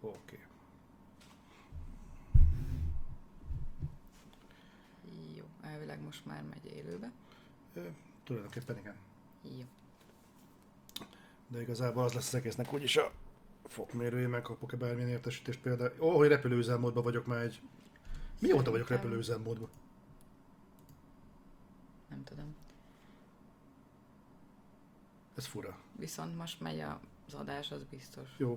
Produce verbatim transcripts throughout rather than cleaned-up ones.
Oké. Jó, elvileg most már megy élőbe. Ö, tulajdonképpen igen. Jó. De igazából az lesz az egésznek úgyis a fokmérője, megkapok-e bármilyen értesítést például. Ó, hogy repülőüzemmódban vagyok már egy... Mióta vagyok repülőüzemmódban? Nem tudom. Ez fura. Viszont most megy az adás, az biztos. Jó.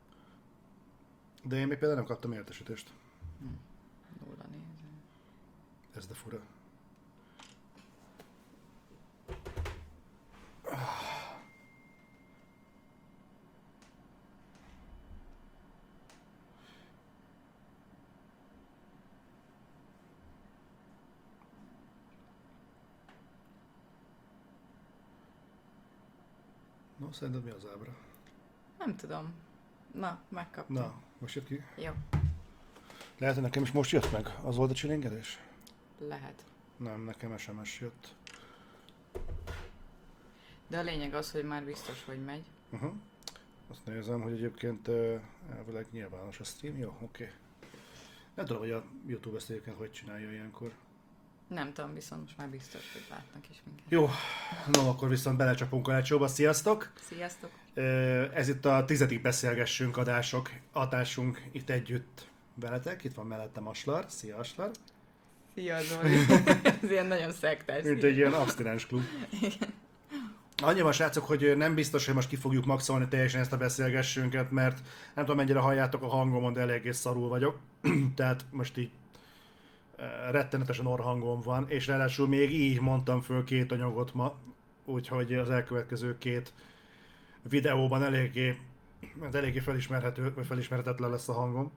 De én még például nem kaptam értesítést. Hm. Nulla néző. Ez de fura. No, szerinted mi az ábra? Nem tudom. Na, megkaptam. Na, most jött ki? Jó, Lehet, hogy nekem is most jött meg? Az volt a csilingelés? lehet. Nem, nekem es em es jött. De a lényeg az, hogy már biztos, hogy megy. Uh-huh. Azt nézem, hogy egyébként uh, elvileg nyilvános a stream. Jó, oké. Okay. Nem tudom, hogy a YouTube ezt egyébként hogy csinálja ilyenkor. Nem tudom, viszont most már biztos, hogy látnak is minket. Jó, no, akkor viszont belecsapunk a lecsóba. Sziasztok! Sziasztok! Ez itt a tizedik beszélgessünk adások, adásunk itt együtt veletek. Itt van mellettem Aslar. Szia Aslar! Szia Zoli! Ez ilyen nagyon szektás. Mint egy ilyen abstinens klub. Igen. Annyi van, srácok, hogy nem biztos, hogy most ki fogjuk maxolni teljesen ezt a beszélgessünket, mert nem tudom, mennyire halljátok a hangomon, de eléggé szarul vagyok. Tehát most így rettenetesen orrhangom van, és ráadásul még így mondtam föl két anyagot ma, úgyhogy az elkövetkező két videóban eléggé, eléggé felismerhető, vagy felismerhetetlen lesz a hangom.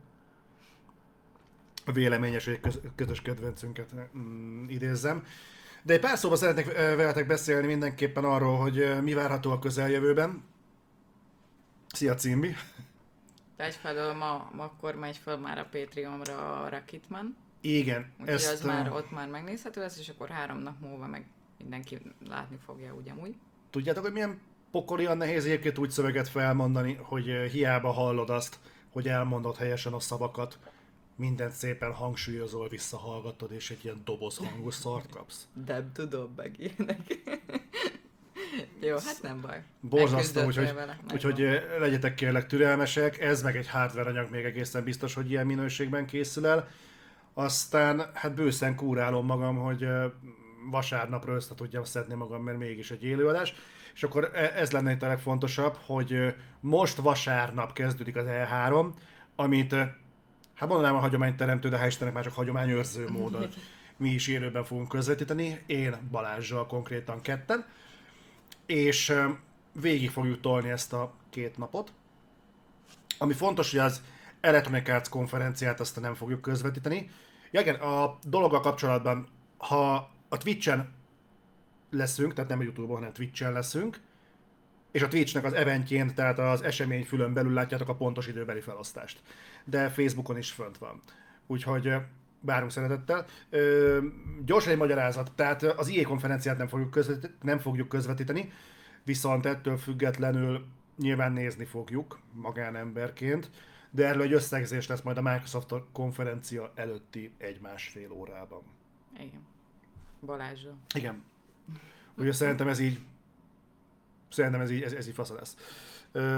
A véleményes, hogy egy közös kedvencünket mm, idézzem. De egy pár szóban szeretnék veletek beszélni mindenképpen arról, hogy mi várható a közeljövőben. Szia Cimbi! Egyfelől ma, ma akkor megy fel már a Patreonra a Rakitman. Igen. Úgyhogy ezt, az már, ott már megnézhető lesz, és akkor három nap múlva meg mindenki látni fogja ugyanúgy. Tudjátok, hogy milyen pokolian nehéz egyébként úgy szöveget felmondani, hogy hiába hallod azt, hogy elmondod helyesen a szavakat, mindent szépen hangsúlyozol, visszahallgatod, és egy ilyen doboz hangú szart kapsz. De tudom meg ilyenek. Jó, hát nem baj. Borzasztó, úgyhogy, vele, úgyhogy legyetek kérlek türelmesek, ez meg egy hardware anyag még egészen biztos, hogy ilyen minőségben készül el. Aztán hát bőszen kúrálom magam, hogy vasárnapra össze tudjam szedni magam, mert mégis egy élőadás. És akkor ez lenne itt a legfontosabb, hogy most vasárnap kezdődik az E három, amit hát mondanám a hagyományteremtő, de hál' Istennek már csak hagyományőrző módon mi is élőben fogunk közvetíteni, én Balázsral konkrétan ketten, és végig fogjuk tolni ezt a két napot. Ami fontos, hogy az Electronic Arts konferenciát azt nem fogjuk közvetíteni. Ja, igen, a dologgal kapcsolatban, ha a Twitch-en leszünk, tehát nem a YouTube-on, hanem Twitch-en leszünk, és a Twitch-nek az eventjén, tehát az eseményfülön belül látjátok a pontos időbeli felosztást. De Facebookon is fönt van. Úgyhogy várunk szeretettel. Ö, gyorsan egy magyarázat, tehát az i á konferenciát nem fogjuk, közvetíteni, nem fogjuk közvetíteni, viszont ettől függetlenül nyilván nézni fogjuk magánemberként, de erről egy összegzés lesz majd a Microsoft konferencia előtti egy-másfél órában. Igen. Balázsra. Igen. Ugye szerintem ez így Szerintem ez így, ez, ez így fasza lesz. Ö...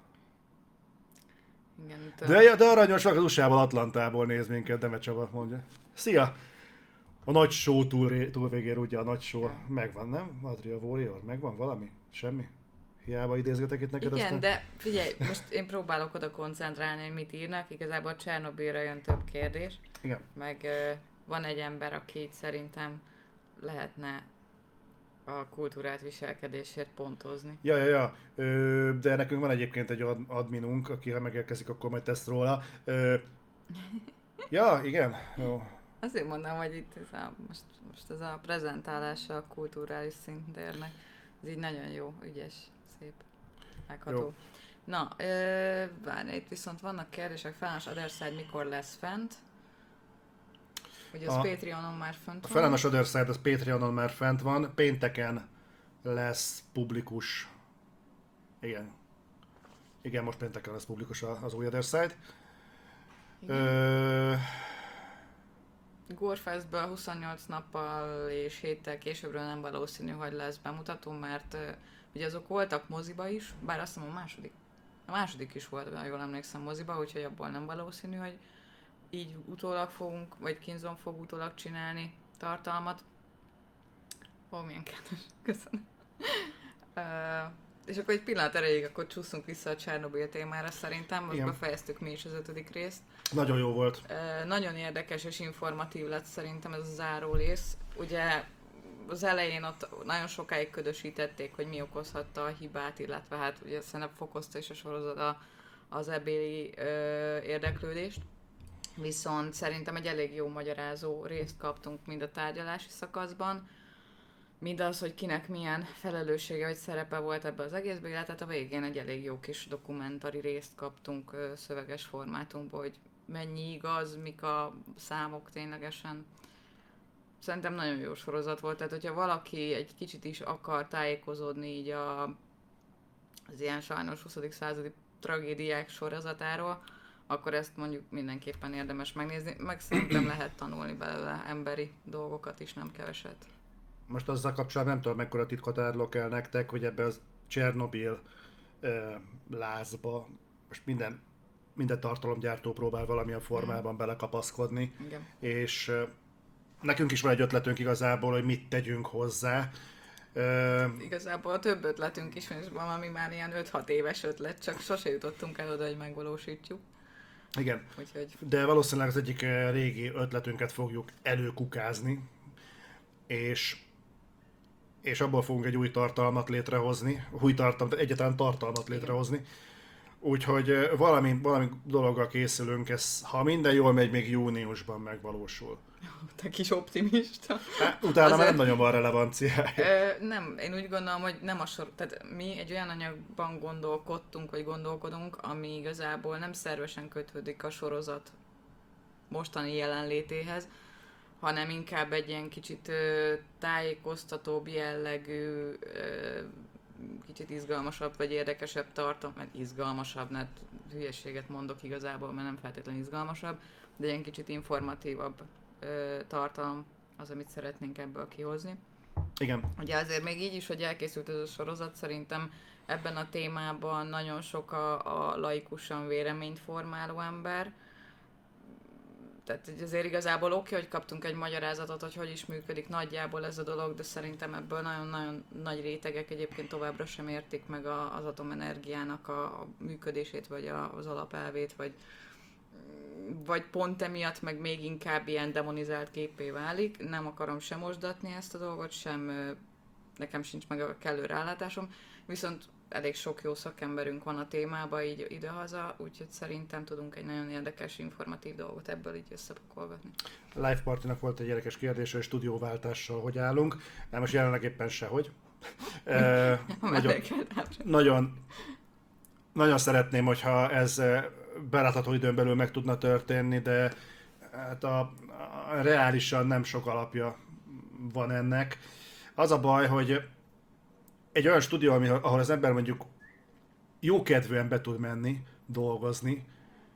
Igen, de, de aranyos vagy az u es á-ból, Atlantából néz minket, Deme Csaba mondja. Szia! A nagy show túl, túl végére ugye a nagy show ja. megvan, nem? Adria Warrior, megvan valami? Semmi? Hiába idézgetek itt neked. Igen, aztán... de figyelj, most én próbálok oda koncentrálni, hogy mit írnak. Igazából a Csernobilra jön több kérdés. Igen. Meg uh, van egy ember, aki szerintem lehetne a kultúrát viselkedésért pontozni. Ja, ja, ja. Ö, de nekünk van egyébként egy ad- adminunk, aki ha megérkezik, akkor majd tesz róla. Ö, ja, igen. Jó. Azért mondom, hogy itt ez a, most, most ez a prezentálása a kulturális szintérnek. Ez így nagyon jó, ügyes, szép, megható. Jó. Na, ö, várj, itt viszont vannak kérdések. Felelős Other Side mikor lesz fent? Ugye az a, Patreonon már fent van. A Felelős Other Side az Patreonon már fent van. Pénteken lesz publikus. Igen. Igen, most pénteken lesz publikus az új Other Side. Igen. Ö... Gorefestből huszonnyolc nappal és héttel későbbről nem valószínű, hogy lesz bemutató, mert uh, ugye azok voltak moziba is, bár azt hiszem a második. A második is volt, ha jól emlékszem, moziba, úgyhogy abból nem valószínű, hogy így utólag fogunk, vagy Kinzon fog utólag csinálni tartalmat. Ó, milyen kedves. Köszönöm. uh, és akkor egy pillanat erejéig, akkor csúszunk vissza a Csernobil témára szerintem. Most Igen. befejeztük mi is az ötödik részt. Nagyon jó volt. Uh, nagyon érdekes és informatív lett szerintem ez a záró rész. Ugye az elején ott nagyon sokáig ködösítették, hogy mi okozhatta a hibát, illetve hát ugye szerintem fokozta is a sorozat a, az ebéli uh, érdeklődést. Viszont szerintem egy elég jó magyarázó részt kaptunk mind a tárgyalási szakaszban, mind az, hogy kinek milyen felelőssége vagy szerepe volt ebbe az egészbe, illetve a végén egy elég jó kis dokumentari részt kaptunk uh, szöveges formátumból, hogy mennyi igaz, mik a számok ténylegesen. Szerintem nagyon jó sorozat volt, tehát hogyha valaki egy kicsit is akar tájékozódni így a, az ilyen sajnos huszadik századi tragédiák sorozatáról, akkor ezt mondjuk mindenképpen érdemes megnézni, meg szerintem lehet tanulni belőle emberi dolgokat is, nem keveset. Most azzal kapcsolatban nem tudom, mekkora titkot árulok el nektek, hogy ebbe az Csernobil uh, lázba most minden, minden tartalomgyártó próbál valamilyen formában mm. belekapaszkodni. Igen. És uh, nekünk is van egy ötletünk igazából, hogy mit tegyünk hozzá. Uh, Igazából a több ötletünk is van, és van, ami már ilyen öt-hat éves ötlet, csak sose jutottunk el oda, hogy megvalósítjuk. Igen, Úgyhogy... de valószínűleg az egyik régi ötletünket fogjuk előkukázni, és, és abból fogunk egy új tartalmat létrehozni, új tartalmat, egyáltalán tartalmat létrehozni. Úgyhogy valami, valami dologgal készülünk, ez, ha minden jól megy, még júniusban megvalósul. Te kis optimista. Há, utána már nem nagyon van relevanciája. Ö, nem, én úgy gondolom, hogy nem a sor... Tehát mi egy olyan anyagban gondolkodtunk, vagy gondolkodunk, ami igazából nem szervesen kötődik a sorozat mostani jelenlétéhez, hanem inkább egy ilyen kicsit ö, tájékoztatóbb jellegű, ö, kicsit izgalmasabb, vagy érdekesebb tartalom, mert izgalmasabb, mert hülyeséget mondok igazából, mert nem feltétlenül izgalmasabb, de ilyen kicsit informatívabb ö, tartalom az, amit szeretnénk ebből kihozni. Igen. Ugye azért még így is, hogy elkészült ez a sorozat, szerintem ebben a témában nagyon sok a, a laikusan véleményt formáló ember. Tehát azért igazából oké, okay, hogy kaptunk egy magyarázatot, hogy hogy is működik nagyjából ez a dolog, de szerintem ebből nagyon-nagyon nagy rétegek egyébként továbbra sem értik meg a, az atomenergiának a, a működését, vagy a, az alapelvét, vagy, vagy pont emiatt meg még inkább ilyen demonizált képé válik. Nem akarom sem mosdatni ezt a dolgot, sem nekem sincs meg a kellő rálátásom, viszont elég sok jó szakemberünk van a témában így idehaza, úgyhogy szerintem tudunk egy nagyon érdekes, informatív dolgot ebből így összepakolgatni. A Live Party-nak volt egy érdekes kérdése, hogy stúdióváltással hogy állunk, de most jelenleg éppen sehogy. e, nagyon, nagyon, nagyon szeretném, hogyha ez belátható időn belül meg tudna történni, de hát a, a reálisan nem sok alapja van ennek. Az a baj, hogy egy olyan stúdió, ahol az ember mondjuk jókedvűen be tud menni, dolgozni,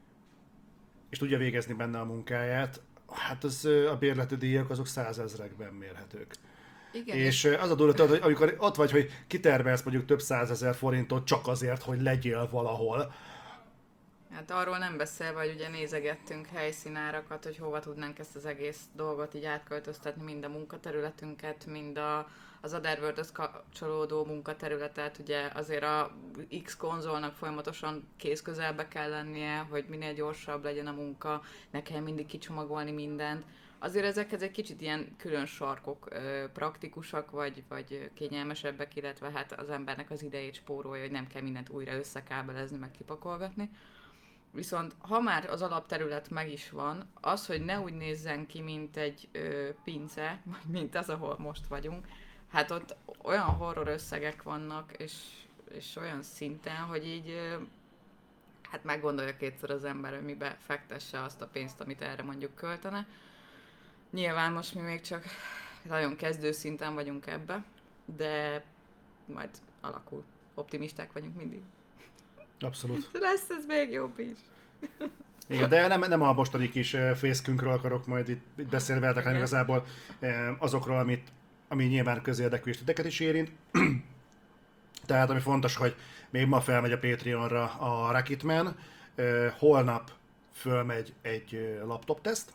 és tudja végezni benne a munkáját, hát az, a bérleti díjak azok százezrekben mérhetők. Igen, és az a dolog, hogy amikor ott vagy, hogy kitermelsz mondjuk több százezer forintot csak azért, hogy legyél valahol. Hát arról nem beszélve, hogy ugye nézegettünk helyszínárakat, hogy hova tudnánk ezt az egész dolgot így átköltöztetni, mind a munkaterületünket, mind a, az Otherworld-höz kapcsolódó munkaterületet, ugye azért a X konzolnak folyamatosan kézközelbe kell lennie, hogy minél gyorsabb legyen a munka, ne kell mindig kicsomagolni mindent. Azért ezekhez egy kicsit ilyen külön sarkok praktikusak, vagy, vagy kényelmesebbek, illetve hát az embernek az idejét spórolja, hogy nem kell mindent újra összekábelezni, meg kipakolgatni. Viszont ha már az alapterület meg is van, az, hogy ne úgy nézzen ki, mint egy ö, pince, vagy mint az, ahol most vagyunk, hát ott olyan horror összegek vannak, és, és olyan szinten, hogy így ö, hát meggondolja kétszer az ember, hogy mibe fektesse azt a pénzt, amit erre mondjuk költene. Nyilván most mi még csak nagyon kezdő szinten vagyunk ebbe, de majd alakul. Optimisták vagyunk mindig. Abszolút. Lesz ez még jobb is. Igen, de nem, nem a mostani kis fészkünkről akarok majd itt, itt beszélni veletek, hanem Igen. igazából azokról, amit, ami nyilván közérdekű és titeket is érint. Tehát ami fontos, hogy még ma felmegy a Patreonra a Rocketman, holnap fölmegy egy laptop teszt,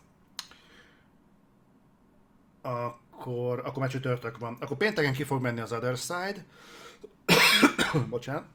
akkor, akkor már csütörtök van. Akkor pénteken ki fog menni az Other Side. Bocsánat.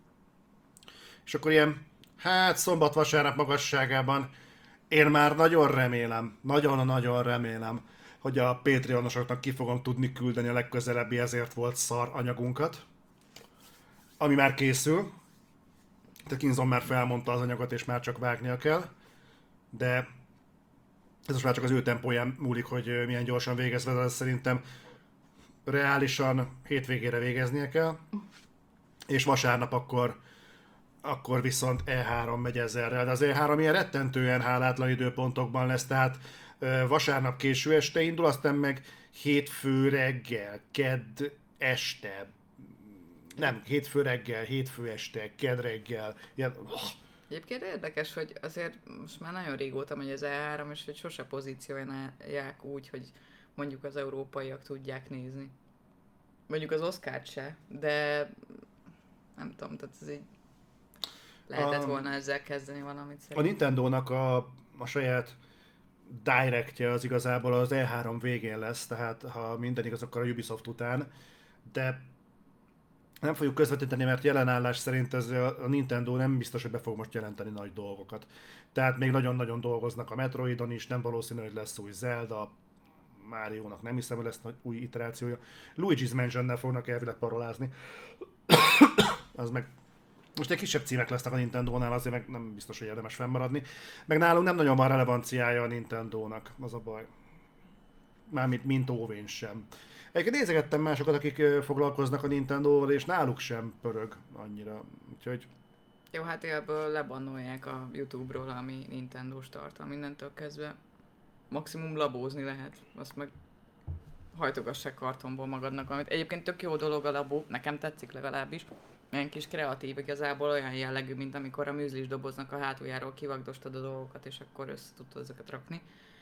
És akkor ilyen, hát szombat-vasárnap magasságában én már nagyon remélem, nagyon-nagyon remélem, hogy a Patreonosoknak ki fogom tudni küldeni a legközelebbi ezért volt szar anyagunkat, ami már készül. Tehát Kinzon már felmondta az anyagot, és már csak vágnia kell. De ez most már csak az ő tempóján múlik, hogy milyen gyorsan végezve, de szerintem reálisan hétvégére végeznie kell. És vasárnap akkor, akkor viszont E három megy ezerrel. De az E három ilyen rettentően hálátlan időpontokban lesz, tehát vasárnap késő este indul, aztán meg hétfő reggel, kedd este, nem, hétfő reggel, hétfő este, kedd reggel, ilyen... Egyébként érdekes, hogy azért most már nagyon régóta megy az E három, és hogy sose pozícionálják úgy, hogy mondjuk az európaiak tudják nézni. Mondjuk az Oscart se, de nem tudom, tehát ez így lehetett A- volna ezzel kezdeni valamit A szerintem. Nintendónak a, a saját directje az igazából az E három végén lesz, tehát ha minden igaz, akkor a Ubisoft után, de nem fogjuk közvetíteni, mert jelenállás szerint ez a a Nintendo nem biztos, hogy be fog most jelenteni nagy dolgokat. Tehát még nagyon-nagyon dolgoznak a Metroidon is, nem valószínű, hogy lesz új Zelda, Mario-nak nem hiszem, hogy lesz nagy új iterációja. Luigi's Mansion-nel fognak elvileg parolázni. Az meg most egy kisebb címek lesznek a Nintendónál, azért meg nem biztos, hogy érdemes fennmaradni. Meg nálunk nem nagyon van relevanciája a Nintendónak, az a baj. Mármint mint óvén sem. Egyébként nézegettem másokat, akik ö, foglalkoznak a Nintendóval, és náluk sem pörög annyira. Úgyhogy Jó, hát ebből lebannolják a YouTube-ról, ami Nintendo-s tartalom mindentől kezdve. Maximum labózni lehet, azt meg hajtogassák kartonból magadnak, amit egyébként tök jó dolog a labó, nekem tetszik legalábbis. Ilyen kis kreatív, igazából olyan jellegű, mint amikor a műzlis doboznak a hátuljáról kivagdostad a dolgokat, és akkor össze tudtad ezeket rakni.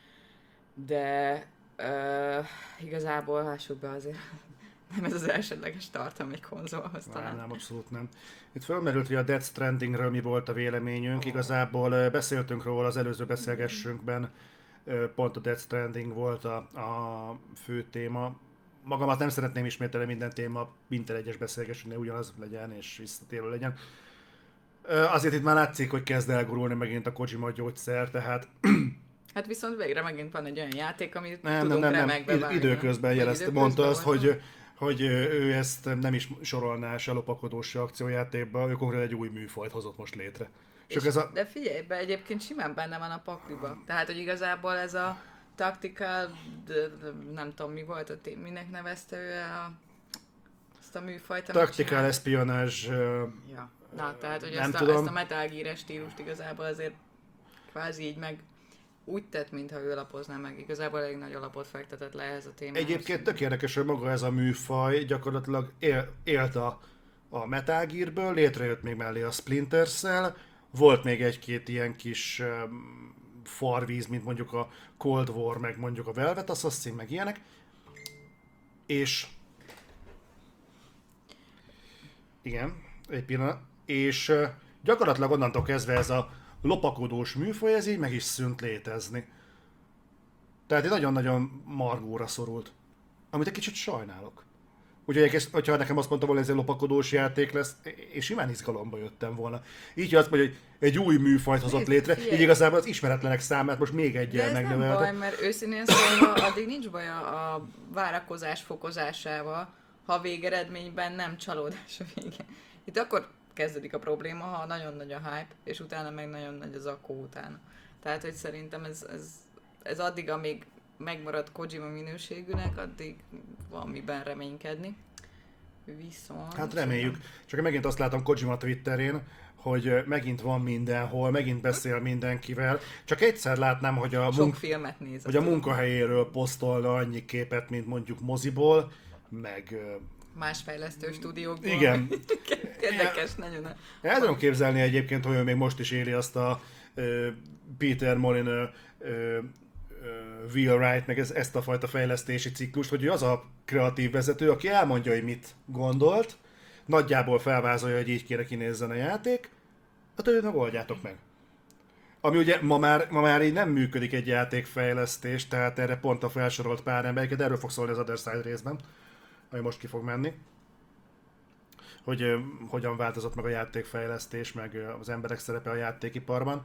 De uh, igazából lássuk be azért, nem ez az elsődleges tartalom egy konzolhoz nem, talán. nem, abszolút nem. Itt fölmerült, hogy a Death Strandingről mi volt a véleményünk. Igazából ö, beszéltünk róla az előző beszélgessünkben, ö, pont a Death Stranding volt a, a fő téma. Magamat nem szeretném ismételni, minden téma minden egyes beszélgessünknél ugyanaz legyen és visszatérő legyen. Ö, Azért itt már látszik, hogy kezd elgurulni megint a Kojima gyógyszer, tehát Hát viszont végre megint van egy olyan játék, amit nem, nem, tudunk nem, nem. remekbe Id- vágni. időközben Vagy jelezte, időközben mondta azt, volt, hogy, hogy ő ezt nem is sorolná se lopakodós, se akciójátékba, ő konkrétan egy új műfajt hozott most létre. És, És, ez a, de figyelj, be egyébként simán benne van a pakliba. Tehát, hogy igazából ez a tactical, de, de, nem tudom mi volt a té- minek nevezte ő a, azt a műfajt, amit Tactical csinál? espionage, ö, Ja. Na, tehát, hogy nem ezt a, tudom. ezt a Metal Gear-es stílust igazából azért kvázi így meg úgy tett, mintha ő lapozná meg. Igazából elég nagy alapot fektetett le ehhez a témához. Egyébként tök érdekes, hogy maga ez a műfaj gyakorlatilag él, élt a, a Metal Gearből, létrejött még mellé a Splinter Cell, volt még egy-két ilyen kis um, farvíz, mint mondjuk a Cold War, meg mondjuk a Velvet Assassin, meg ilyenek. És... Igen, egy pillanat. És uh, gyakorlatilag onnantól kezdve ez a lopakodós műfaj, ez így meg is szűnt létezni. Tehát egy nagyon-nagyon margóra szorult. Amit egy kicsit sajnálok. Úgyhogy egész, hogyha nekem azt mondta volna, hogy ez egy lopakodós játék lesz, én simán izgalomba jöttem volna. Így, hogy azt mondja, hogy egy új műfajt hozott Nézd, létre, figyelj. így igazából az ismeretlenek számát most még De egyel ez nem baj, megnövelte. mert őszintén szólva addig nincs baj a, a várakozás fokozásával, ha a végeredményben nem csalódás a vége. Itt akkor kezdődik a probléma, ha nagyon nagy a hype, és utána meg nagyon nagy az akkó utána. Tehát, hogy szerintem ez, ez, ez addig, amíg megmarad Kojima minőségűnek, addig van miben reménykedni. Viszont... Hát reméljük. Csak megint azt látom Kojima Twitterén, hogy megint van mindenhol, megint beszél mindenkivel. Csak egyszer látnám, hogy a, Sok munk- filmet nézett. hogy a munkahelyéről posztolna annyi képet, mint mondjuk moziból, meg... ö, Más fejlesztő stúdiókból. Igen. Érdekes, nagyon. El tudom képzelni egyébként, hogy ő még most is éli azt a uh, Peter Molyneux uh, uh, Will Wright, meg ez, ezt a fajta fejlesztési ciklust, hogy ő az a kreatív vezető, aki elmondja, hogy mit gondolt, nagyjából felvázolja, hogy így kéne kinézzen a játék, a többit meg oldjátok meg. Ami ugye ma már, ma már így nem működik egy játékfejlesztés, tehát erre pont a felsorolt pár embereket, erről fog szólni az Other Side részben, ami most ki fog menni. Hogy uh, hogyan változott meg a játékfejlesztés, meg uh, az emberek szerepe a játékiparban.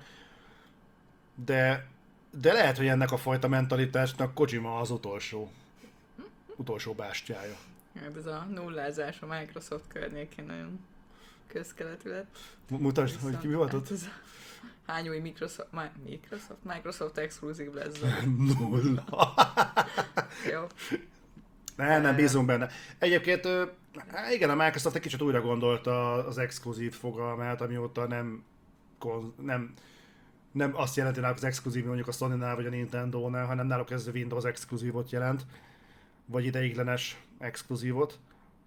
De, de lehet, hogy ennek a fajta mentalitásnak Kojima az utolsó, utolsó bástyája. Hát ez a nullázás a Microsoft környékén nagyon közkeletű lett. Mutasd, hogy ki mi volt ott? Hát ez a hány új Microsoft, Microsoft, Microsoft exkluzív lesz. Nulla. Jó. Nem, nem, bízunk benne. Egyébként, hát igen, a Microsoft egy kicsit újra gondolta az exkluzív fogalmát, amióta nem, nem, nem azt jelenti náluk az exkluzív, mondjuk a Sony-nál vagy a Nintendo-nál, hanem náluk ez a Windows exkluzívot jelent, vagy ideiglenes exkluzívot.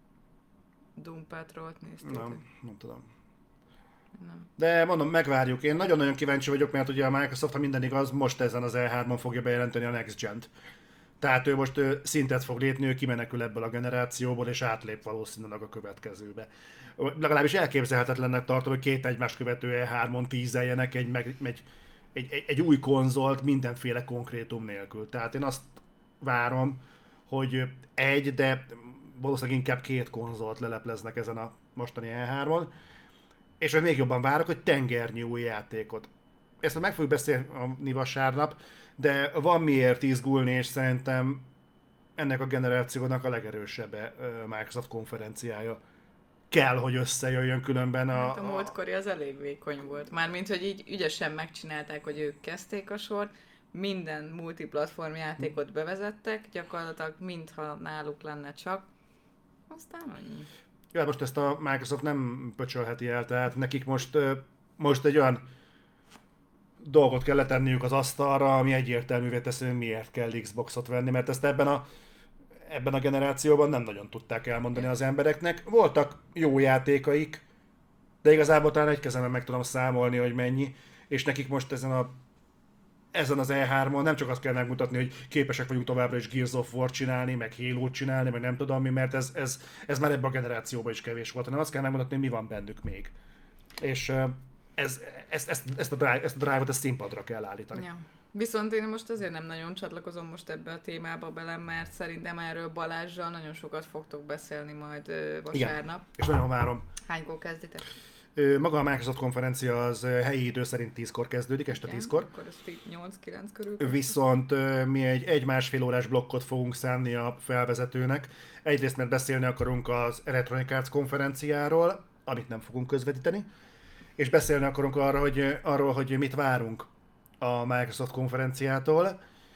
Doom Patrol-t néztétek? Nem, nem tudom. Nem. De mondom, megvárjuk. Én nagyon-nagyon kíváncsi vagyok, mert ugye a Microsoft, ha minden igaz, most ezen az E hármon fogja bejelenteni a Next Gen-t. Tehát ő most ő szintet fog lépni, ő kimenekül ebből a generációból, és átlép valószínűleg a következőbe. Legalábbis elképzelhetetlennek tartom, hogy két egymást követő E hármon tízeljenek egy, meg, egy, egy, egy, egy új konzolt mindenféle konkrétum nélkül. Tehát én azt várom, hogy egy, de valószínűleg inkább két konzolt lelepleznek ezen a mostani E hármon. És hogy még jobban várok, hogy tengernyi új játékot. Ezt meg fogjuk beszélni vasárnap, de van miért izgulni, és szerintem ennek a generációnak a legerősebb Microsoft konferenciája kell, hogy összejöjjön, különben a... Hát a múltkori az elég vékony volt. Mármint, hogy így ügyesen megcsinálták, hogy ők kezdték a sort, minden multiplatform játékot bevezettek, gyakorlatilag mintha náluk lenne csak. Aztán annyi. Ja, most ezt a Microsoft nem pöcsölheti el, tehát nekik most, most egy olyan dolgot kell letenniük az asztalra, ami egyértelművé teszi, hogy miért kell Xboxot venni, mert ezt ebben a, ebben a generációban nem nagyon tudták elmondani az embereknek. Voltak jó játékaik, de igazából talán egy kezemben meg tudom számolni, hogy mennyi, és nekik most ezen a ezen az E hármon nem csak azt kell megmutatni, hogy képesek vagyunk továbbra is Gears of War csinálni, meg Halo-t csinálni, meg nem tudom mi, mert ez, ez, ez már ebben a generációban is kevés volt, hanem azt kell megmutatni, hogy mi van bennük még. És ez, ezt, ezt, ezt, a drive, ezt a drive-ot ezt színpadra kell állítani. Ja. Viszont én most azért nem nagyon csatlakozom most ebbe a témába bele, mert szerintem erről Balázsral nagyon sokat fogtok beszélni majd ö, vasárnap. Igen. És nagyon várom. Hánykor kezditek? Maga a Microsoft konferencia az helyi idő szerint tízkor kezdődik, este tízkor. Akkor ez nyolc-kilenc körül. Viszont mi egy egy-másfél órás blokkot fogunk szánni a felvezetőnek. Egyrészt, mert beszélni akarunk az Electronic Arts konferenciáról, amit nem fogunk közvetíteni, és beszélni akarunk arra, hogy, arról, hogy mit várunk a Microsoft konferenciától.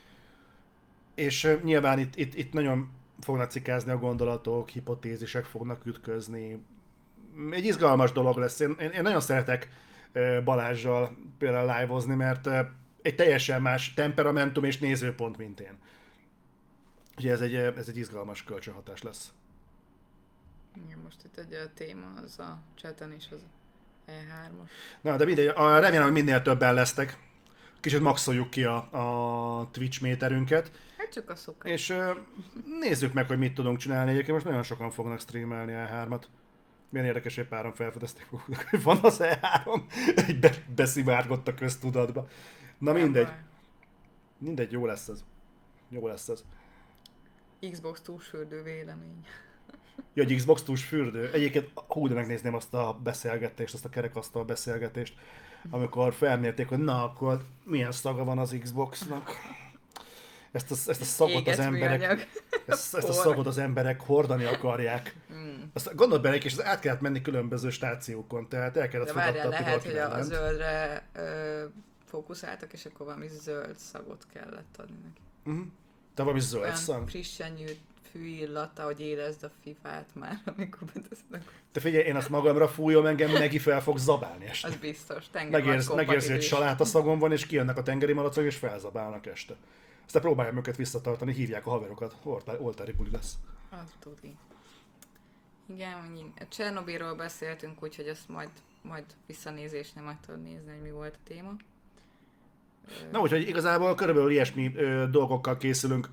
És nyilván itt, itt, itt nagyon fognak cikázni a gondolatok, hipotézisek fognak ütközni. Egy izgalmas dolog lesz. Én, én nagyon szeretek Balázsjal például live-ozni, mert egy teljesen más temperamentum és nézőpont, mint én. Ugye ez egy, ez egy izgalmas kölcsönhatás lesz. Igen, most itt egy a téma, az a chaten is az E hármas. Na, de mindegy, remélem, hogy minél többen lesztek. Kicsit maxoljuk ki a, a Twitch méterünket. Hát csak a szokás. És uh, nézzük meg, hogy mit tudunk csinálni. Egyébként most nagyon sokan fognak streamelni E hármat. Milyen érdekes, hogy páran felfedezték magukat, hogy van az E három, egy be, beszivárgott a köztudatba. Na mindegy. Mindegy, jó lesz ez. Jó lesz ez. Xbox túlsfürdő vélemény. Ja, egy Xbox túlsfürdő. Egyébként hú, de megnézném azt a beszélgetést, azt a kerekasztal beszélgetést, amikor felmérték, hogy na, akkor milyen szaga van az Xboxnak. Ezt a, ezt a szagot az emberek, ezt, ezt a szagot az emberek hordani akarják. Mm. Azt gondold bele, és át kellett menni különböző stációkon, tehát el kellett fogadtatni. De várjál, lehet, hogy a, a zöldre ö, fókuszáltak, és akkor valami zöld szagot kellett adni neki. Uh-huh. De valami zöld olyan szag? frissen nyújt fűillata, hogy érezd a fifát már, amikor betesznek. Te figyelj, én azt magamra fújom, engem Megi fel fog zabálni este. Az biztos. Megérz, megérzi, hogy saláta szagom van, és kijönnek a tengeri malacok, és felzabálnak este. Aztán próbáljam őket visszatartani, hívják a haverokat, oltári buli lesz. Az tudni. Igen, megint. A Csernobilról beszéltünk, úgyhogy azt majd, majd visszanézésnél meg tudod nézni, hogy mi volt a téma. Na úgyhogy igazából körülbelül ilyesmi ö, dolgokkal készülünk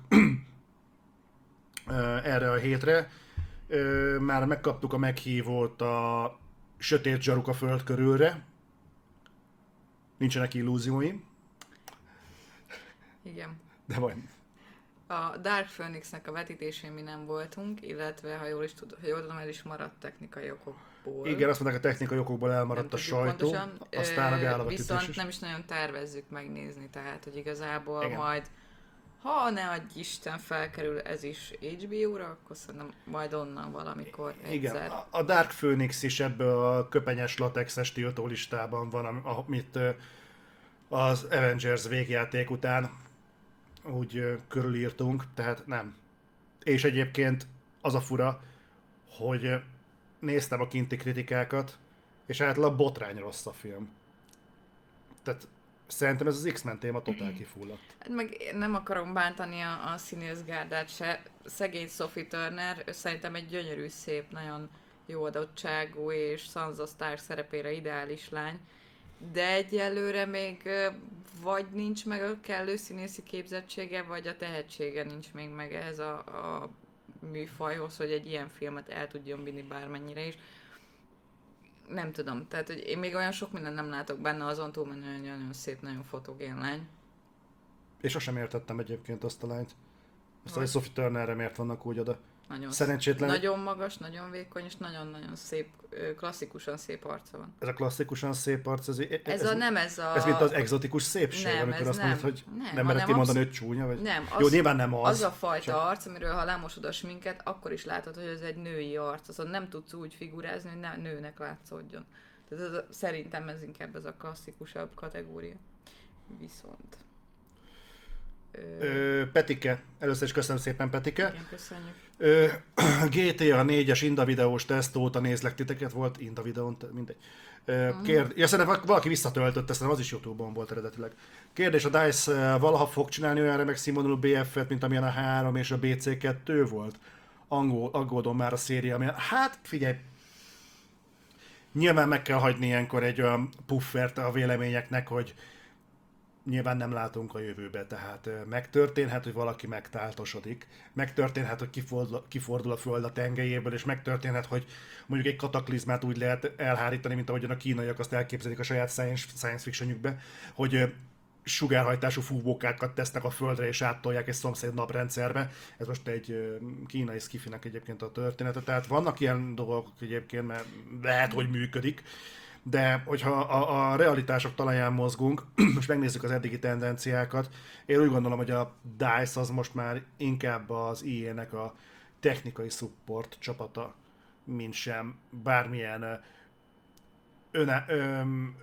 ö, erre a hétre. Ö, már megkaptuk a meghívót a Sötét Zsaruk a Föld körülre. Nincsenek illúzióim. Igen. De majd. A Dark Phoenixnek a vetítésén mi nem voltunk, illetve, ha jól is tudom, ha jól tudom, el is maradt technikai okokból. Igen, azt mondták, a technikai okokból elmaradt Nem a tudjuk sajtó, pontosan. aztán a Ö, gálavetítés Viszont is. nem is nagyon tervezzük megnézni, tehát, hogy igazából Igen. majd, ha ne adj Isten felkerül ez is há bé ó-ra, akkor szerintem majd onnan valamikor Igen, egyszer. a- a Dark Phoenix is ebből a köpenyes latexes tiltó listában van, am- amit ö, az Avengers végjáték után úgy ö, körülírtunk, tehát nem. És egyébként az a fura, hogy ö, néztem a kinti kritikákat, és általában botrány rossz a film. Tehát szerintem ez az X-Men téma totál kifulladt. Hát meg én nem akarom bántani a, a színészgárdát se. Szegény Sophie Turner, ő szerintem egy gyönyörű, szép, nagyon jó adottságú és Sansa Stark szerepére ideális lány. De egyelőre még ö, vagy nincs meg a kellő színészi képzettsége, vagy a tehetsége nincs még meg ehhez a, a műfajhoz, hogy egy ilyen filmet el tudjon vinni bármennyire is. Nem tudom, tehát hogy én még olyan sok mindent nem látok benne, azon túlmenően nagyon szép, nagyon fotogén lány. És sosem értettem egyébként azt a lányt. Azt, Vagy. hogy Sophie Turnerre miért vannak úgy oda. Nagyon Szerencsétlen, Nagyon magas, nagyon vékony, és nagyon-nagyon szép, ö, klasszikusan szép arca van. ez a klasszikusan szép arc, ez, ez, Ez, a nem ez a... ez mint az egzotikus szépség, Nem, amikor ez azt mondod, nem. hogy Nem, nem, nem mered hanem kimondani, absz- hogy csúnya, vagy... Nem, Jó, az, nyilván nem az. az a fajta csak- arc, amiről ha lemosod a sminket, akkor is látod, hogy ez egy női arc. Azon nem tudsz úgy figurázni, hogy ne, nőnek látszódjon. Tehát ez a, szerintem ez inkább ez a klasszikusabb kategória. Viszont... Ö, Ö, Petike, először is köszönöm szépen, Petike. igen, köszönjük. Ö, gé té á négyes Inda videós teszt óta nézlek titeket, volt Inda videón, mindegy. Ö, Kérd... Ja, szerintem valaki visszatöltött, szerintem az is YouTube-on volt eredetileg. Kérdés, a DICE valaha fog csinálni olyan remek színvonalú bé ef-et, mint amilyen a három és a bé cé kettő volt? Angol, aggódom már a széria, ami... Hát figyelj, nyilván meg kell hagyni ilyenkor egy olyan puffert a véleményeknek, hogy nyilván nem látunk a jövőbe, tehát ö, megtörténhet, hogy valaki megtáltosodik, megtörténhet, hogy kifordul, kifordul a föld a tengelyéből, és megtörténhet, hogy mondjuk egy kataklizmát úgy lehet elhárítani, mint ahogyan a kínaiak azt elképzelik a saját science, science fictionjükbe, hogy ö, sugárhajtású fúvókákat tesznek a földre és áttolják egy szomszéd naprendszerbe. Ez most egy ö, kínai skifinek egyébként a története, tehát vannak ilyen dolgok egyébként, mert lehet, hogy működik, de hogyha a, a realitások talaján mozgunk, és megnézzük az eddigi tendenciákat, én úgy gondolom, hogy a DICE az most már inkább az í á-nek a technikai support csapata, mint sem bármilyen ö, öná, öm,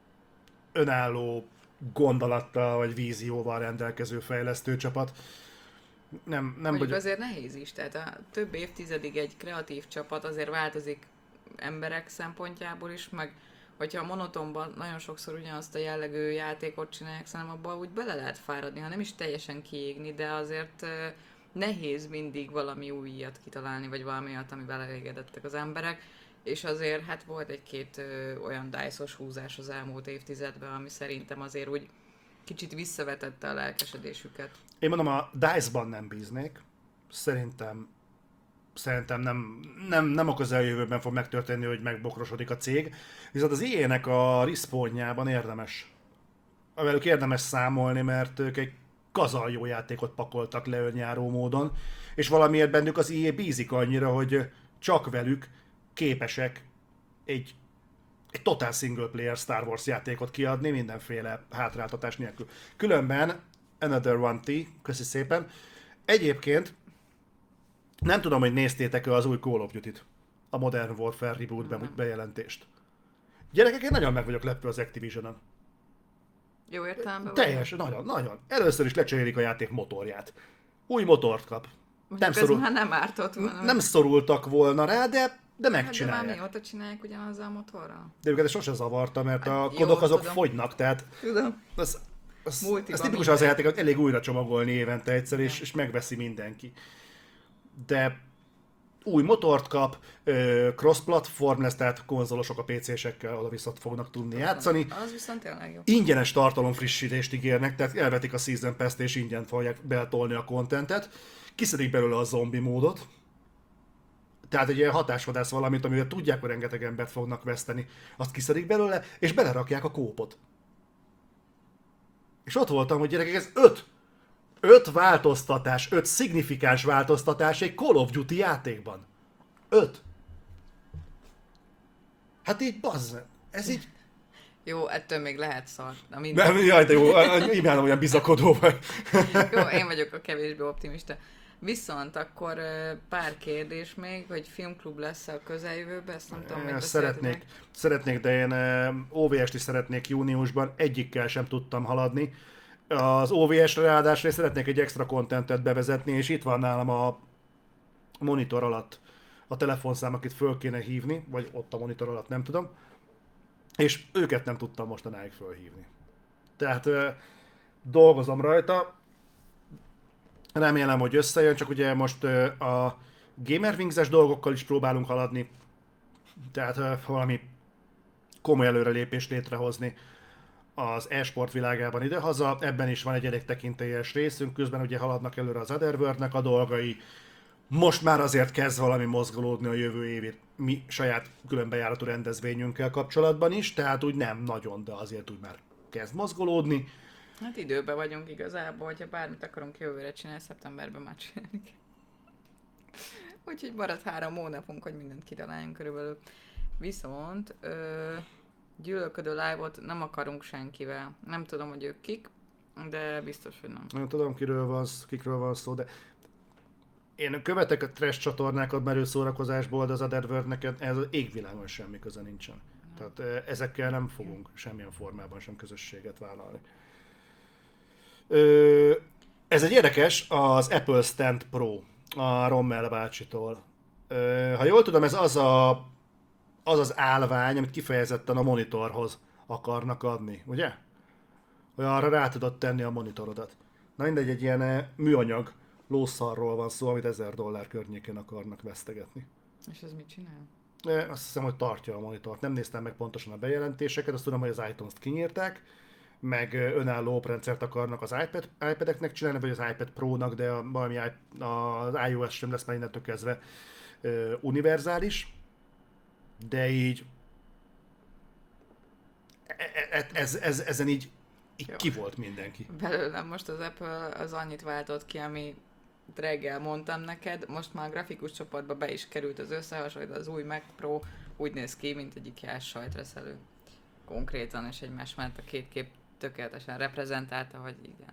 önálló gondolattal vagy vízióval rendelkező fejlesztő csapat. Nem, nem Mondjuk vagy... azért nehéz is, tehát a több évtizedig egy kreatív csapat azért változik emberek szempontjából is, meg hogyha a monotonban nagyon sokszor ugyanazt a jellegű játékot csinálják, szerintem abban úgy bele lehet fáradni, ha nem is teljesen kiégni, de azért uh, nehéz mindig valami újat kitalálni, vagy valami olyat, amivel elégedettek az emberek, és azért hát volt egy-két uh, olyan dice-os húzás az elmúlt évtizedben, ami szerintem azért úgy kicsit visszavetette a lelkesedésüket. Én mondom, a DICE-ban nem bíznék. Szerintem Szerintem nem, nem, nem a közeljövőben fog megtörténni, hogy megbokrosodik a cég. Viszont az í á-nek a respawnjában érdemes. Velük érdemes számolni, mert ők egy kazal jó játékot pakoltak le önjáró módon, és valamiért bennük az í á bízik annyira, hogy csak velük képesek egy, egy totál single player Star Wars játékot kiadni, mindenféle hátráltatás nélkül. Különben, Another One T, köszi szépen. Egyébként nem tudom, hogy néztétek-e az új Call of Duty-t, a Modern Warfare reboot be- bejelentést. Gyerekek, én nagyon meg vagyok lepve az Activision-on. Jó értelemben? Teljes, nagyon, nagyon. Először is lecserélik a játék motorját. Új motort kap. Most Nem, ez szorul... már nem ártott volna. nem szorultak volna rá, de, de Hát de már megcsinálják. mióta csinálják ugyanazzal a motorral? De őket ez sose zavarta, mert a Hát jó, kodok azok tudom. fogynak, tehát Tudom. az, az, Multiban az tipikus az a minden. játék, hogy elég újra csomagolni évente egyszer, és, Igen. és megveszi mindenki. De új motort kap, cross-platform lesz, tehát konzolosok a pé césekkel oda vissza fognak tudni játszani. Az viszont tényleg jó. Ingyenes tartalom frissítést ígérnek, tehát elvetik a Season Pass-t és ingyen fogják beletolni a contentet. Kiszedik belőle a zombi módot, tehát egy ilyen hatásvadász valamit, amivel tudják, hogy rengeteg embert fognak veszteni, azt kiszedik belőle, és belerakják a kópot. És ott voltam, hogy gyerekek, ez öt, öt változtatás, öt szignifikáns változtatás egy Call of Duty játékban. Öt. Hát így bazd, ez így... Jó, ettől még lehet szar. Na Nem, jaj, de jó, imádom, olyan bizakodó vagy. Jó, én vagyok a kevésbé optimista. Viszont akkor pár kérdés még, hogy filmklub lesz a közeljövőben, ezt nem tudom, hogy Szeretnék, szeretnék, de én ó vé est is szeretnék júniusban, egyikkel sem tudtam haladni. Az ó vé es-re ráadásul szeretnék egy extra contentet bevezetni, és itt van nálam a monitor alatt a telefonszám, akit föl kéne hívni, vagy ott a monitor alatt, nem tudom. És őket nem tudtam mostanáig fölhívni. Tehát ö, dolgozom rajta, remélem, hogy összejön, csak ugye most ö, a GamerWings-es dolgokkal is próbálunk haladni, tehát ö, valami komoly előrelépést létrehozni az e-sport világában idehaza. Ebben is van egy elég tekintélyes részünk, közben ugye haladnak előre az Otherworld-nek a dolgai. Most már azért kezd valami mozgolódni a jövő évi mi saját különbejáratú rendezvényünkkel kapcsolatban is, tehát úgy nem nagyon, de azért úgy már kezd mozgolódni. Hát időben vagyunk igazából, hogyha bármit akarunk jövőre csinálni, szeptemberben már csinálni kell. Úgyhogy marad három hónapunk, hogy mindent kitaláljunk körülbelül. Viszont ö, gyűlölködő live-ot nem akarunk senkivel. Nem tudom, hogy ők kik, de biztos, hogy nem. Nem tudom, kiről van, kikről van szó, de én követek a trash csatornákat merő szórakozásból, de az Otherworld-nek ez az égvilágon semmi köze nincsen. Tehát ezekkel nem fogunk semmilyen formában sem közösséget vállalni. Ö, ez egy érdekes, az Apple Stand Pro, a Rommel bácsitól. Ö, ha jól tudom, ez az, a, az az állvány, amit kifejezetten a monitorhoz akarnak adni, ugye? Hogy arra rá tudod tenni a monitorodat. Na mindegy, egy ilyen műanyag lószarról van szó, amit ezer dollár környékén akarnak vesztegetni. És ez mit csinál? E, azt hiszem, hogy tartja a monitort. Nem néztem meg pontosan a bejelentéseket, azt tudom, hogy az iTunes-t kinyírták, meg önálló oprendszert akarnak az iPad, iPad-eknek csinálni, vagy az iPad Pro-nak, de a, valami az iOS sem lesz már innentől kezdve e, univerzális. De így e, e, ez, ez, ezen így, így ki volt mindenki. Belőlem most az Apple az annyit váltott ki, ami reggel mondtam neked, most már a grafikus csoportba be is került az összehasonlító, az új Mac Pro úgy néz ki, mint egy ikea sajtreszelő. Konkrétan, és egymás mellett a két kép tökéletesen reprezentálta, hogy igen.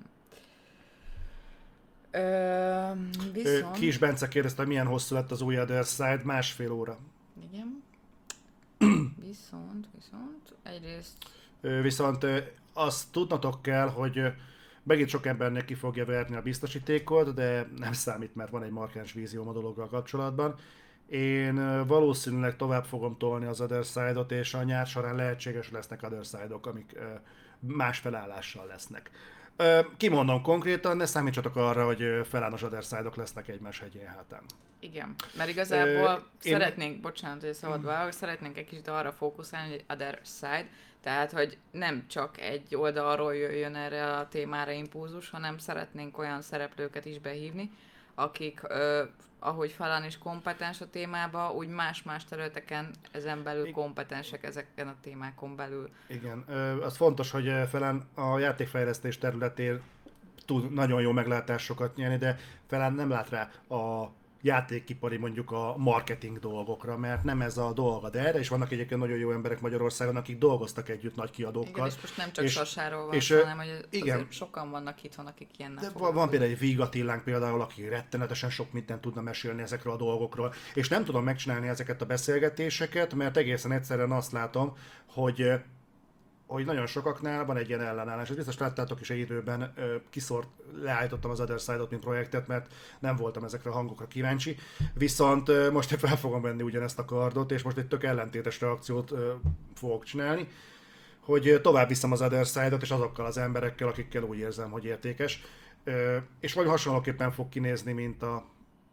Ö, viszont... Kis Bence kérdezte, hogy milyen hosszú lett az új Other Side, másfél óra. Igen. Viszont, viszont, egyrészt... Viszont azt tudnatok kell, hogy megint sok embernek ki fogja verni a biztosítékot, de nem számít, mert van egy markáns vízióm a dologgal kapcsolatban. Én valószínűleg tovább fogom tolni az Other Side-ot, és a nyár során lehetséges lesznek Other Side-ok, amik más felállással lesznek. Kimondom konkrétan, ne számítsatok arra, hogy felállnos Other Side-ok lesznek egymás hegyén hátán. Igen, mert igazából uh, szeretnénk, én... bocsánat, hogy szabadba, hogy szeretnénk egy kicsit arra fókuszálni, hogy Other Side, tehát, hogy nem csak egy oldalról jöjjön erre a témára impulzus, hanem szeretnénk olyan szereplőket is behívni, akik, uh, ahogy Falan is kompetens a témába, úgy más-más területeken ezen belül kompetensek ezeken a témákon belül. Igen, az fontos, hogy Falan a játékfejlesztés területén tud nagyon jó meglátásokat nyerni, de Falan nem lát rá a játékipari, mondjuk a marketing dolgokra, mert nem ez a dolga, de erre is vannak egyébként nagyon jó emberek Magyarországon, akik dolgoztak együtt nagy kiadókkal. Igen, és most nem csak és, Sasáról van, és, hanem hogy igen, sokan vannak itthon, akik ilyennel de van, van például egy Víg Attilánk például, aki rettenetesen sok mindent tudna mesélni ezekről a dolgokról, és nem tudom megcsinálni ezeket a beszélgetéseket, mert egészen egyszerűen azt látom, hogy hogy nagyon sokaknál van egy ilyen ellenállás. Ezt biztos láttátok is egy időben, kiszort, leállítottam az Other Side-ot, mint projektet, mert nem voltam ezekre a hangokra kíváncsi. Viszont most fel fogom venni ugyanezt a kardot, és most egy tök ellentétes reakciót fogok csinálni, hogy tovább viszem az Other Side-ot, és azokkal az emberekkel, akikkel úgy érzem, hogy értékes. És vagy hasonlóképpen fog kinézni, mint a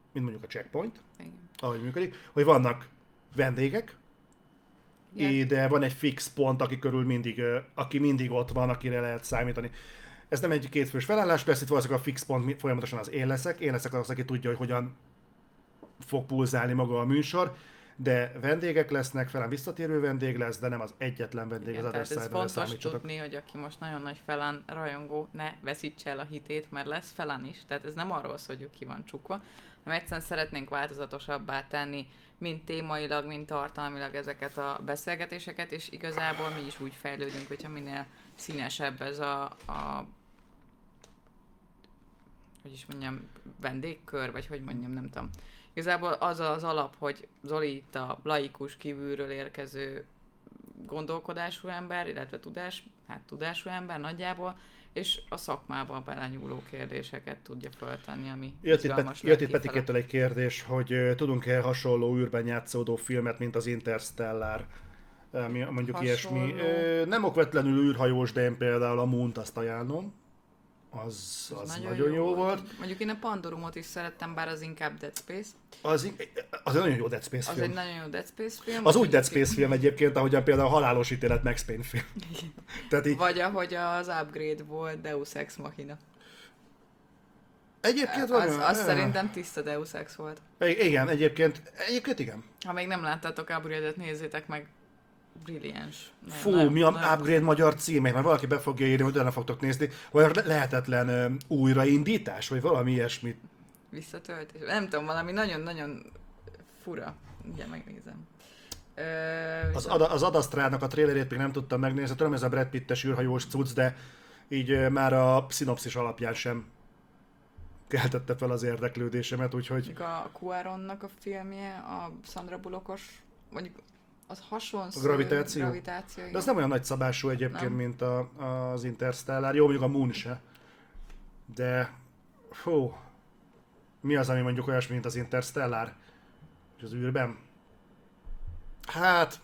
mint mondjuk a Checkpoint, Igen. ahogy működik, hogy vannak vendégek, Igen. de van egy fix pont, aki körül mindig, ö, aki mindig ott van, akire lehet számítani. Ez nem egy kétfős felállás, persze itt valószínűleg a fix pont mi- folyamatosan az én leszek. Én leszek az, aki tudja, hogy hogyan fog pulzálni maga a műsor, de vendégek lesznek, felem visszatérő vendég lesz, de nem az egyetlen vendég Igen, az tehát Other ez Side-ra, fontos számítsatok. tudni, hogy aki most nagyon nagy Felan rajongó, ne veszítse el a hitét, mert lesz Felan is. Tehát ez nem arról szól, hogy ő ki van csukva, hanem egyszerűen szeretnénk változatosabbá tenni, mind témailag, mind tartalmilag ezeket a beszélgetéseket, és igazából mi is úgy fejlődünk, hogyha minél színesebb ez a, a hogy is mondjam, vendégkör, vagy hogy mondjam, nem tudom. Igazából az az alap, hogy Zoli itt a laikus kívülről érkező gondolkodású ember, illetve tudás, hát tudású ember nagyjából, és a szakmában belenyúló kérdéseket tudja föltenni, ami Jött itt, izgalmas Pet- lehet jött itt kifele. Petikétől egy kérdés, hogy ö, tudunk-e hasonló űrben játszódó filmet, mint az Interstellar? Ami mondjuk Hasonló. ilyesmi. Ö, nem okvetlenül űrhajós, de én például a Moon-t azt ajánlom. Az, az, nagyon, nagyon jó, jó volt. Mondjuk én a Pandorumot is szerettem, bár az inkább Dead Space. Az, az egy nagyon jó Dead Space Az film. egy nagyon jó Dead Space film. Az úgy Dead Space film egyébként, ahogyan például a Halálos ítélet Max Payne film. Tehát így, Vagy ahogy az Upgrade volt Deus Ex Machina. egyébként Az, van, az eh, szerintem tiszta Deus Ex volt. igen, egyébként, egyébként igen. Ha még nem láttátok Upgrade-et, nézzétek meg. Brilliáns. Nagyon- Fú, nagyon- mi a nagyon- Upgrade magyar címe, mert valaki be fogja írni, hogy utána fogtok nézni, vagy le- lehetetlen ö, újraindítás, vagy valami ilyesmit. Visszatöltés. Nem tudom, valami nagyon-nagyon fura. Ugye megnézem. Ö, Az, viszont- Ad- az Adasztrádnak a trailerét még nem tudtam megnézni, tudom, ez a Brad Pittes űrhajós cucc, de így ö, már a szinopszis alapján sem keltette fel az érdeklődésemet, úgyhogy mondjuk a Cuaronnak a filmje, a Sandra Bullockos, mondjuk az hasonló. A Gravitáció? Gravitáció, de az nem olyan nagy szabású egyébként, Nem. mint a, az Interstellar. Jó, mondjuk a Moon se. De, fú, mi az, ami mondjuk olyasmi, mint az Interstellar? És az űrben? Hát,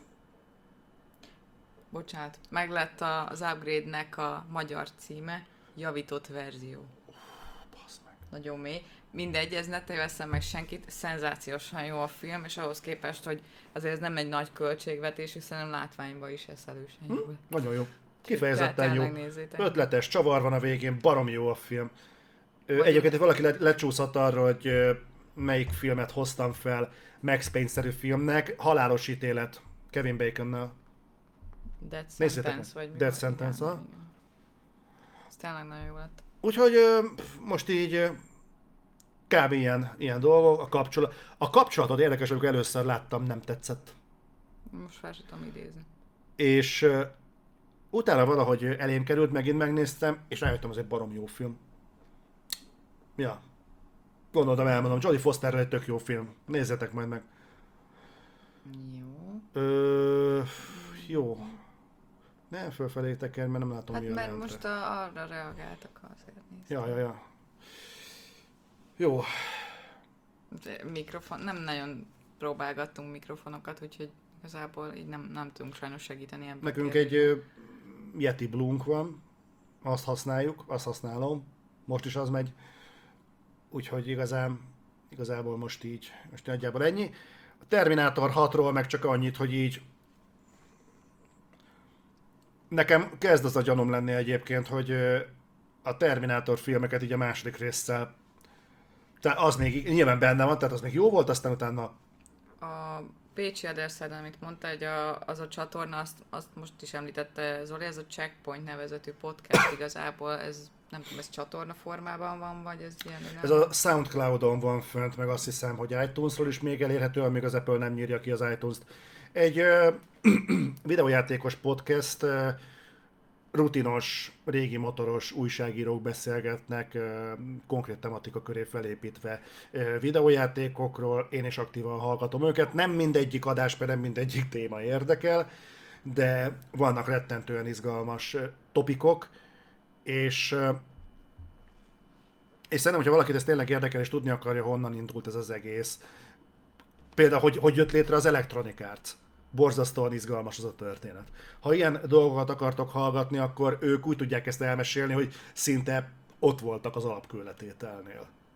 Bocsánat, meg lett a, az Upgrade-nek a magyar címe, javított verzió. bassz meg. Nagyon mély. Mindegy, ez ne tévesszem meg senkit, szenzációsan jó a film, és ahhoz képest, hogy azért ez nem egy nagy költségvetés, hiszen látványban is eszelősen jó. Hm? Nagyon jó. Kifejezetten Te- jó. tényleg nézzétek. Ötletes, csavar van a végén, baromi jó a film. Ö, Vagy- Egyébként, ha valaki le- lecsúszott arra, hogy ö, melyik filmet hoztam fel Max Payne-szerű filmnek, Halálos ítélet Kevin Baconnal. Dead Nézzétek Sentence, meg. vagy mi Dead volt? Sentence, Igen, ha? igen. Ez tényleg nagyon jó lett. Úgyhogy ö, pff, most így ö, kb. Ilyen, ilyen dolgok, a kapcsolat. A kapcsolatot érdekes, amikor először láttam, nem tetszett. Most fel sem tudom idézni. És ö, utána valahogy elém került, megint megnéztem, és rájöttem, ez egy barom jó film. Ja. Gondoltam, elmondom. Jodie Fosterrel egy tök jó film. Nézzetek majd meg. Jó. Ö, jó. Nem fölfelé tekerj, mert nem látom, mi Hát jön mert előtre. most a, arra reagáltak azért nézni. Ja, ja, ja. Jó. Mikrofon, nem nagyon próbálgattunk mikrofonokat, úgyhogy igazából így nem, nem tudunk sajnos segíteni ebben. Nekünk egy ö, Yeti Blunk van. Azt használjuk, azt használom. Most is az megy. Úgyhogy igazán, igazából most így, most nagyjából ennyi. A Terminátor hatról meg csak annyit, hogy így nekem kezd az a gyanúm lenni egyébként, hogy ö, a Terminátor filmeket így a második résszel, tehát az még nyilván benne van, tehát az még jó volt, aztán utána A Pécsi Other Side, amit mondta, hogy a, az a csatorna, azt, azt most is említette Zoli, ez a Checkpoint nevezetű podcast igazából, ez nem tudom, ez csatorna formában van, vagy ez ilyen? ez a Soundcloudon van fönt, meg azt hiszem, hogy iTunes-ról is még elérhető, amíg az Apple nem nyírja ki az iTunes-t. Egy ö, videójátékos podcast, ö, rutinos, régi motoros újságírók beszélgetnek, ö, konkrét tematika köré felépítve ö, videójátékokról. Én is aktívan hallgatom őket. Nem mindegyik adás, mert nem mindegyik téma érdekel, de vannak rettentően izgalmas ö, topikok, és ö, és szerintem, hogyha valakit ez tényleg érdekel, és tudni akarja, honnan indult ez az egész. Például, hogy, hogy jött létre az Electronic Arts. Borzasztóan izgalmas az a történet. Ha ilyen dolgokat akartok hallgatni, akkor ők úgy tudják ezt elmesélni, hogy szinte ott voltak az alapkőletételnél.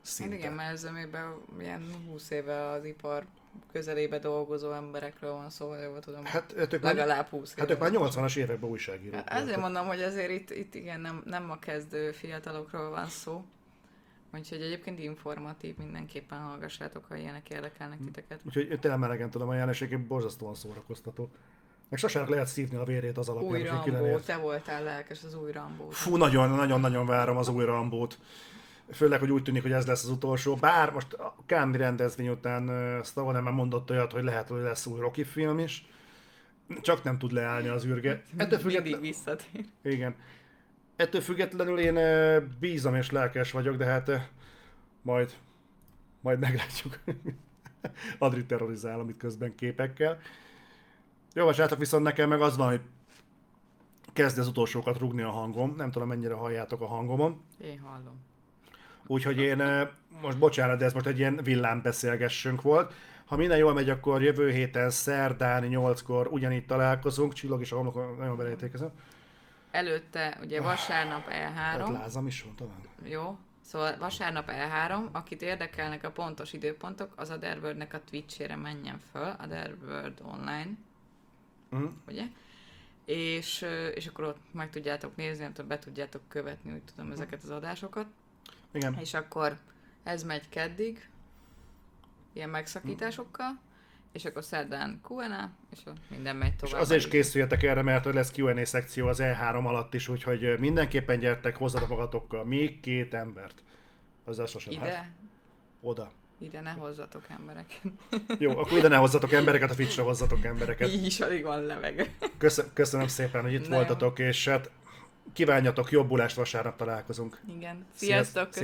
Szinte. Igen, mert ez zömében ilyen húsz éve az ipar közelébe dolgozó emberekről van szó, jól tudom. Hát ők már, legalább húsz éve. hát ők már nyolcvanas években újságírók. Ezért voltak. mondom, hogy azért itt, itt igen, nem, nem a kezdő fiatalokról van szó. Úgyhogy egyébként informatív, mindenképpen hallgassátok, ha ilyenek érdekelnek titeket. Úgyhogy én tényleg melegen tudom ajánlani, és egyébként borzasztóan szórakoztató. Meg sosem lehet szívni a vérét az alapján, Új hogy ki nem Rambó, ért. te voltál lelkes az új Rambót. Fú, nagyon, nagyon, nagyon várom az új Rambót. Főleg, hogy úgy tűnik, hogy ez lesz az utolsó. Bár most a Cannes rendezvény után uh, Stallone már mondott olyat, hogy lehet, hogy lesz új Rocky film is. Csak nem tud leállni az űrge. Ettől Mindig függetlenül... visszatér. Igen. Ettől függetlenül én uh, bízom és lelkes vagyok, de hát uh, majd, majd meglátjuk. Adri terrorizál, amit közben képekkel. Jó, vasárnap viszont nekem meg az van, hogy kezd az utolsókat rúgni a hangom. Nem tudom, mennyire halljátok a hangomon. Én hallom. Úgyhogy én uh, most bocsánat, de ez most egy ilyen villámbeszélgessünk volt. Ha minden jól megy, akkor jövő héten szerdán nyolckor ugyanígy találkozunk. Csillog is a homlokon, nagyon beleértékezem. Előtte ugye vasárnap E Hát három. lázam is van talán. Jó, szóval vasárnap E három, akit érdekelnek a pontos időpontok, az Otherworldnek a Twitch-ére menjen föl, Otherworld Online, Uh-huh. ugye? És, ö, és akkor ott meg tudjátok nézni, nem tudom, be tudjátok követni, úgy tudom, ezeket az adásokat. Igen. És akkor ez megy keddig, ilyen megszakításokkal, és akkor szerdán Q and A, és akkor minden megy És tovább. azért is készüljetek erre, mert hogy lesz Q and A szekció az E három alatt is, úgyhogy mindenképpen gyertek, hozzatok magatokkal még két embert. Azzal sosem. Ide, Hát, oda. ide ne hozzatok embereket. Jó, akkor ide ne hozzatok embereket, a Twitchre hozzatok embereket. Így is alig van levegő. Köszön, köszönöm szépen, hogy itt Nem. voltatok, és hát kívánjatok jobbulást, vasárnap találkozunk. Igen. Sziasztok. Sziasztok,